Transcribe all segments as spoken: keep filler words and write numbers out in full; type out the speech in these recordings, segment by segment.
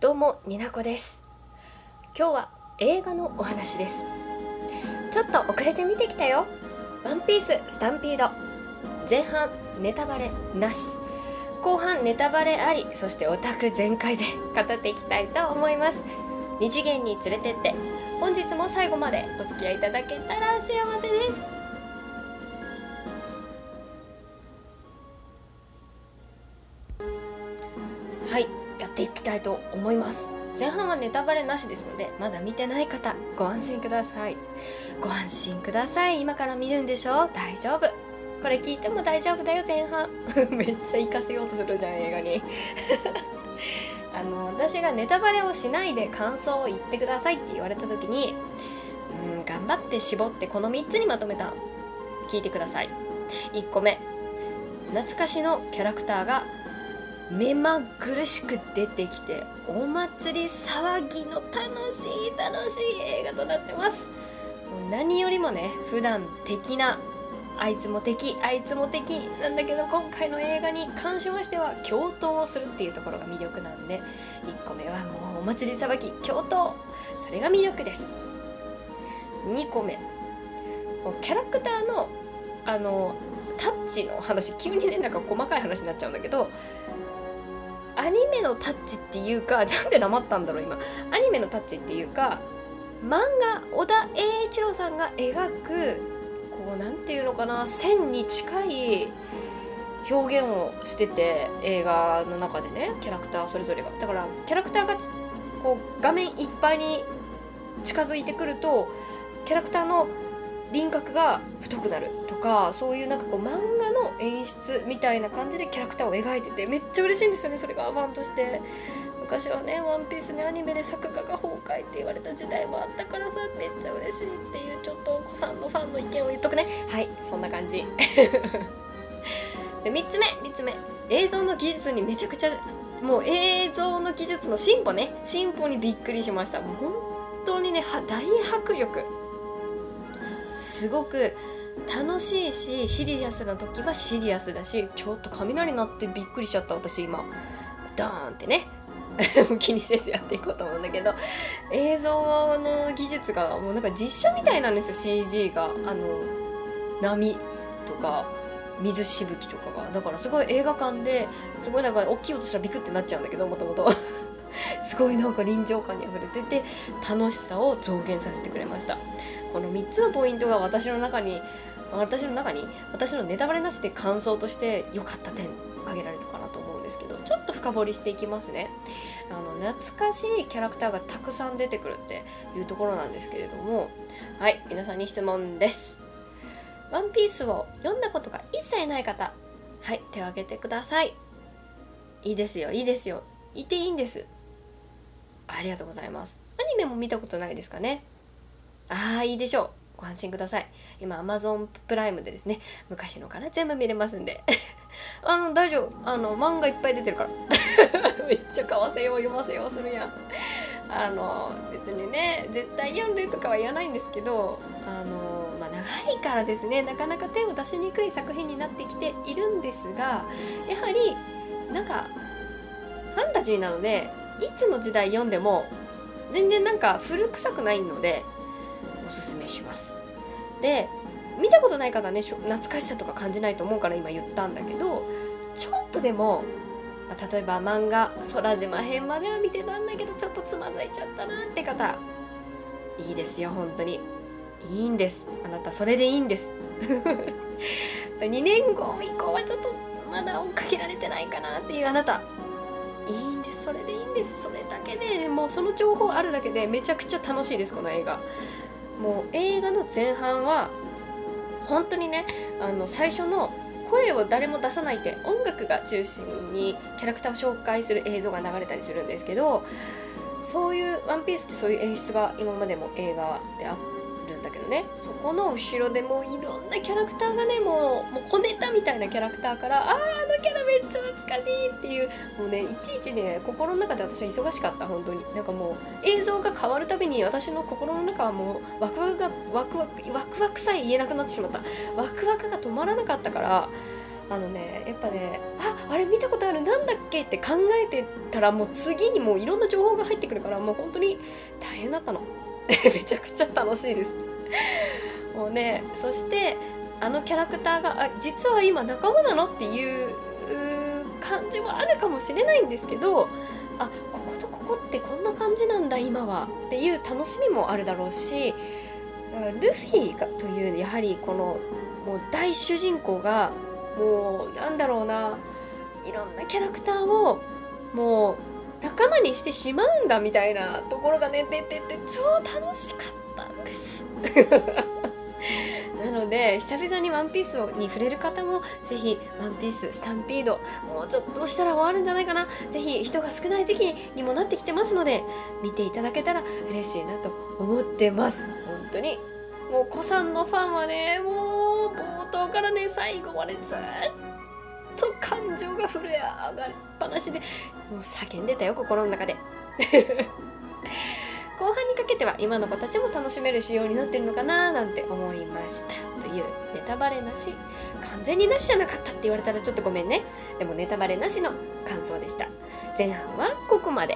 どうもになこです。今日は映画のお話です。ちょっと遅れて見てきたよ。ワンピーススタンピード。前半ネタバレなし、後半ネタバレあり、そしてオタク全開で語っていきたいと思います。二次元に連れてって、本日も最後までお付き合いいただけたら幸せです。はい、やっていきたいと思います。前半はネタバレなしですので、まだ見てない方ご安心ください。ご安心ください。今から見るんでしょ、大丈夫。これ聞いても大丈夫だよ。前半めっちゃ行かせようとするじゃん、映画にあの私がネタバレをしないで感想を言ってくださいって言われた時に、うん頑張って絞ってこのみっつにまとめた。聞いてください。いっこめ、懐かしのキャラクターが目まぐるしく出てきて、お祭り騒ぎの楽しい楽しい映画となってます。もう何よりもね、普段的なあいつも敵あいつも敵なんだけど、今回の映画に関しましては共闘をするっていうところが魅力なんで、いっこめはもうお祭り騒ぎ共闘、それが魅力です。にこめ、もうキャラクターのあのタッチの話、急にねなんか細かい話になっちゃうんだけど、アニメのタッチっていうか、なんで黙ったんだろう今。アニメのタッチっていうか、漫画小田栄一郎さんが描くこうなんていうのかな、線に近い表現をしてて、映画の中でね、キャラクターそれぞれが、だからキャラクターがこう画面いっぱいに近づいてくると、キャラクターの輪郭が太くなるとか、そういうなんかこう漫画の演出みたいな感じでキャラクターを描いてて、めっちゃ嬉しいんですよね、それがファンとして。昔はね、ワンピースね、アニメで作画が崩壊って言われた時代もあったからさ、めっちゃ嬉しいっていう、ちょっとお子さんのファンの意見を言っとくね。はい、そんな感じでみっつめみっつめ、映像の技術にめちゃくちゃ、もう映像の技術の進歩ね、進歩にびっくりしました。もう本当にね、大迫力、すごく楽しいし、シリアスな時はシリアスだし、ちょっと雷鳴ってびっくりしちゃった私今、ドーンってね気にせずやっていこうと思うんだけど、映像の技術がもうなんか実写みたいなんですよ。 シージー があの波とか水しぶきとかが、だからすごい映画館ですごいなんか大きい音したらビクってなっちゃうんだけど、もともとすごいなんか臨場感にあふれてて、楽しさを増減させてくれました。このみっつのポイントが私の中に私の中に私のネタバレなしで感想として良かった点挙げられるかなと思うんですけど、ちょっと深掘りしていきますね。あの懐かしいキャラクターがたくさん出てくるっていうところなんですけれども、はい、皆さんに質問です。ワンピースを読んだことが一切ない方、はい、手を挙げてください。いいですよ、いいですよ、いていいんです。ありがとうございます。アニメも見たことないですかね。ああ、いいでしょう。ご安心ください。今 Amazon プライムでですね、昔のから全部見れますんであの大丈夫、あの漫画いっぱい出てるからめっちゃ買わせよう読ませようするやん。あの別にね絶対読んでとかは言わないんですけど、あのまあ長いからですね、なかなか手を出しにくい作品になってきているんですが、やはりなんかファンタジーなので、いつの時代読んでも全然なんか古臭くないのでおすすめします。で、見たことない方ね、懐かしさとか感じないと思うから今言ったんだけど、ちょっとでも、まあ、例えば漫画空島編までは見てたんだけどちょっとつまずいちゃったなって方、いいですよ、本当にいいんです。あなたそれでいいんですにねんご以降はちょっとまだ追っかけられてないかなっていうあなた、いいんです、それでいいんです。それだけでもうその情報あるだけでめちゃくちゃ楽しいです、この映画。もう映画の前半は本当にね、あの最初の声を誰も出さないで音楽が中心にキャラクターを紹介する映像が流れたりするんですけど、そういうワンピースってそういう演出が今までも映画であるんだけどね、そこの後ろでもういろんなキャラクターがね、もうもう小ネタみたいなキャラクターから、あーあのキャラめっちゃ懐かしいっていう、もうねいちいちね心の中で私は忙しかった。本当になんかもう映像が変わるたびに私の心の中はもうワクワクがワクワクワクワクさえ言えなくなってしまった。ワクワクが止まらなかったから、 あのねやっぱねああれ見たことあるなんだっけって考えてたらもう次にもういろんな情報が入ってくるからもう本当に大変だったのめちゃくちゃ楽しいですもうね。そしてあのキャラクターがあ実は今仲間なのっていう感じはあるかもしれないんですけど、あこことここってこんな感じなんだ今はっていう楽しみもあるだろうし、ルフィがというやはりこのもう大主人公がもうなんだろうないろんなキャラクターをもう仲間にしてしまうんだみたいなところがね出てて超楽しかったんですなので久々にワンピースに触れる方もぜひワンピーススタンピードもうちょっとしたら終わるんじゃないかな、ぜひ人が少ない時期にもなってきてますので見ていただけたら嬉しいなと思ってます。本当にもう子さんのファンはねもう冒頭からね最後までずっと感情が震え上がりっぱなしでもう叫んでたよ心の中で後半にかけては今の子たちも楽しめる仕様になってるのかななんて思いましたというネタバレなし、完全になしじゃなかったって言われたらちょっとごめんね。でもネタバレなしの感想でした。前半はここまで。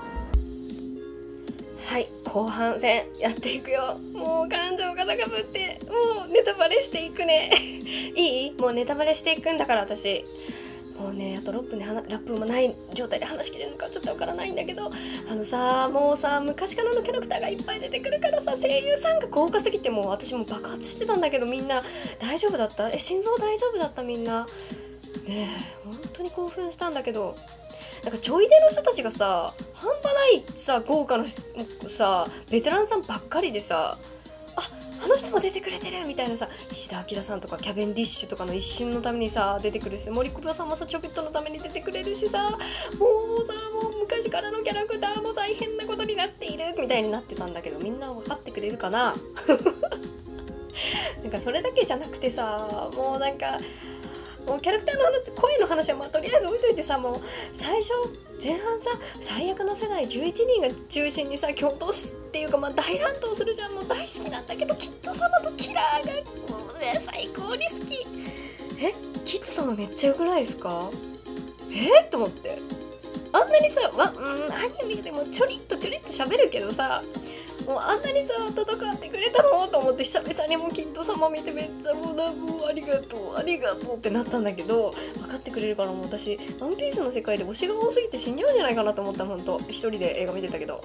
はい後半戦やっていくよ。もう感情が高ぶってもうネタバレしていくねいいもうネタバレしていくんだから私もうねあとろっぷんでラップもない状態で話しきれるのかちょっとわからないんだけど、あのさもうさ昔からのキャラクターがいっぱい出てくるからさ声優さんが豪華すぎてもう私も爆発してたんだけど、みんな大丈夫だった？え心臓大丈夫だった？みんなねえ本当に興奮したんだけど、なんかちょい出の人たちがさ半端ないさ豪華なさベテランさんばっかりでさ、あの人も出てくれてるみたいなさ、石田明さんとかキャベンディッシュとかの一瞬のためにさ出てくるし、森久保さんもさちょびっとのために出てくれるしさ、もうさもう昔からのキャラクターも大変なことになっているみたいになってたんだけど、みんな分かってくれるかななんかそれだけじゃなくてさもうなんかもうキャラクターの話声の話はまあとりあえず置いといてさ、もう最初前半さ最悪の世代じゅういちにんが中心にさ共闘っていうかまあ大乱闘するじゃん。もう大好きなんだけどキッド様とキラーがもうね最高に好き。えキッド様めっちゃよくないですか？えと思ってあんなにさわうんアニメでもちょりっとちょりっと喋るけどさもうあんなにさ戦ってくれたのと思って久々にもうキッド様見てめっちゃもうなもうありがとうありがとうってなったんだけど、分かってくれるからもう私ワンピースの世界で推しが多すぎて死んじゃうんじゃないかなと思った。ほんと一人で映画見てたけど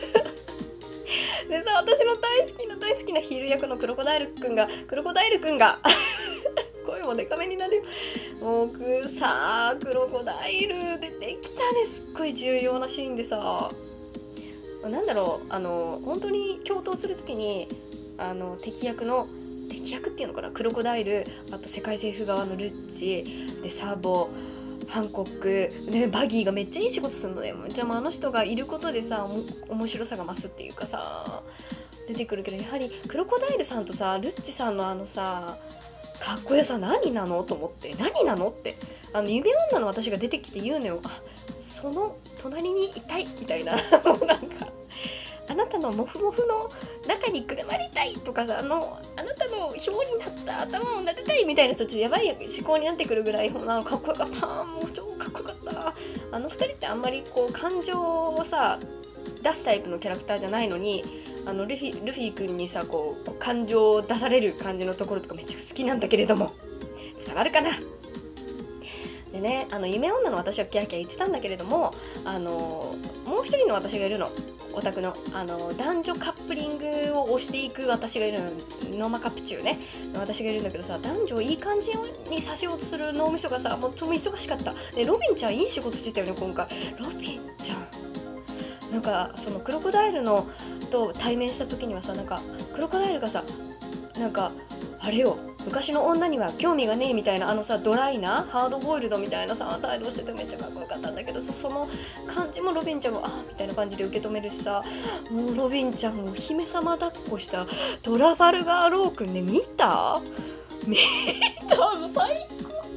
でさ私の大好きな大好きなヒール役のクロコダイルくんがクロコダイルくんが声もデカめになるよ。もうさクロコダイル出てきたね、すっごい重要なシーンでさ、なんだろうあの本当に共闘するときにあの敵役の敵役っていうのかな、クロコダイル、あと世界政府側のルッチでサボハンコックでバギーがめっちゃいい仕事するのね。じゃあもうあの人がいることでさ面白さが増すっていうかさ出てくるけど、やはりクロコダイルさんとさルッチさんのあのさかっこよさ何なのと思って、何なのってあの夢女の私が出てきて言うのよ、あその隣にいたいみたいなもうなんかあなたのモフモフの中にくるまりたいとかさ、あのあなたの表になった頭を撫でたいみたいなちょっとやばい思考になってくるぐらいもうなんかかっこよかった。もう超かっこよかった。あのふたりってあんまりこう感情をさ出すタイプのキャラクターじゃないのに、あのルフィルフィ君にさこう感情を出される感じのところとかめっちゃ好きなんだけれども、伝わるかな。でね、あの夢女の私はキャーキャー言ってたんだけれども、あのもう一人の私がいるの、オタクのあの男女カップリングを推していく私がいるの、ノーマカプチューね私がいるんだけどさ、男女いい感じにさせようとする脳みそがさもうちょっと忙しかった。でロビンちゃんいい仕事してたよね今回。ロビンちゃんなんかそのクロコダイルのと対面した時にはさ、なんかクロコダイルがさなんかあれよ昔の女には興味がねえみたいな、あのさドライなハードボイルドみたいなさ態度しててめっちゃかっこよかったんだけどさ、その感じもロビンちゃんもあみたいな感じで受け止めるしさ、もうロビンちゃんを姫様抱っこしたトラファルガーロー君ね、見た見たもう最高あもう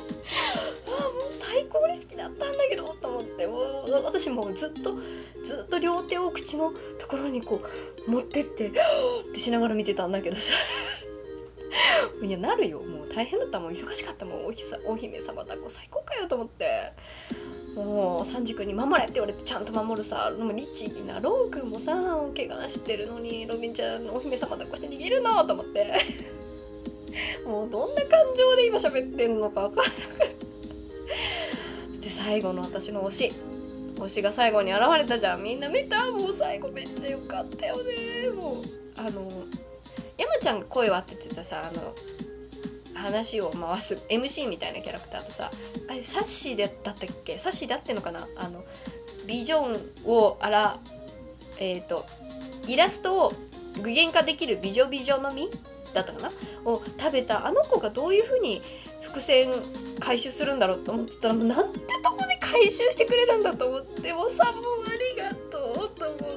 最高に好きだったんだけどと思って、もう私もうずっとずっと両手を口のところにこう持ってってってしながら見てたんだけどさいやなるよ、もう大変だったもん、忙しかったもん。おひさお姫様だこ最高かよと思って、もうサンジ君に守れって言われてちゃんと守るさ、でもリッチーなロー君もさ怪我してるのにロビンちゃんのお姫様だこして逃げるなと思ってもうどんな感情で今喋ってんのか分かんなくて、で最後の私の推し推しが最後に現れたじゃん。みんな見た？もう最後めっちゃ良かったよね。もうあの山ちゃんが声を当ててたさ、あの話を回す エムシー みたいなキャラクターとさ、あれサッシーだったっけ、サッシーだってのかな、あのビジョンをあらえっ、ー、とイラストを具現化できるビジョビジョの実だったかなを食べたあの子がどういう風に伏線回収するんだろうと思ってたら、もうなんてとこで回収してくれるんだと思って、もうさもうありがとうと思って、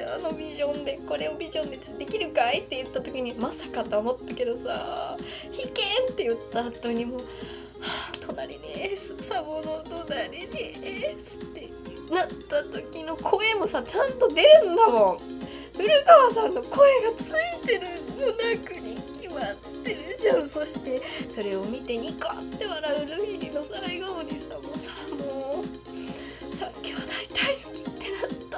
あのビジョンでこれをビジョンでできるかいって言った時にまさかと思ったけどさ、引けんって言った後にもう、はあ、隣ですサボの隣ですってなった時の声もさちゃんと出るんだもん。古川さんの声がついてるもなくに決まってるじゃん。そしてそれを見てニコって笑うルフィの最後にさ、もうさもう三兄弟大好きってなった。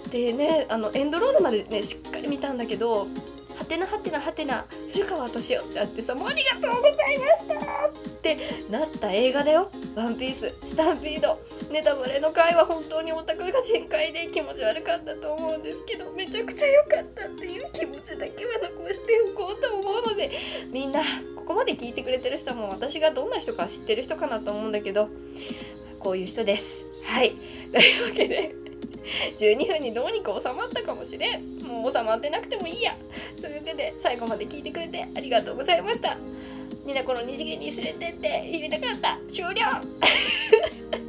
でね、あのエンドロールまでねしっかり見たんだけど、はてなはてなはてな古川敏夫ってあってさ、もうありがとうございましたってなった映画だよ。ワンピーススタンピード。ネタバレの回は本当にオタクが全開で気持ち悪かったと思うんですけど、めちゃくちゃ良かったっていう気持ちだけは残しておこうと思うので、みんなここまで聞いてくれてる人も私がどんな人か知ってる人かなと思うんだけど、こういう人です。はい、というわけでじゅうにふんにどうにか収まったかもしれん。もう収まってなくてもいいやというわけで、最後まで聞いてくれてありがとうございました。みんなこの二次元に連れてって言いたかった。終了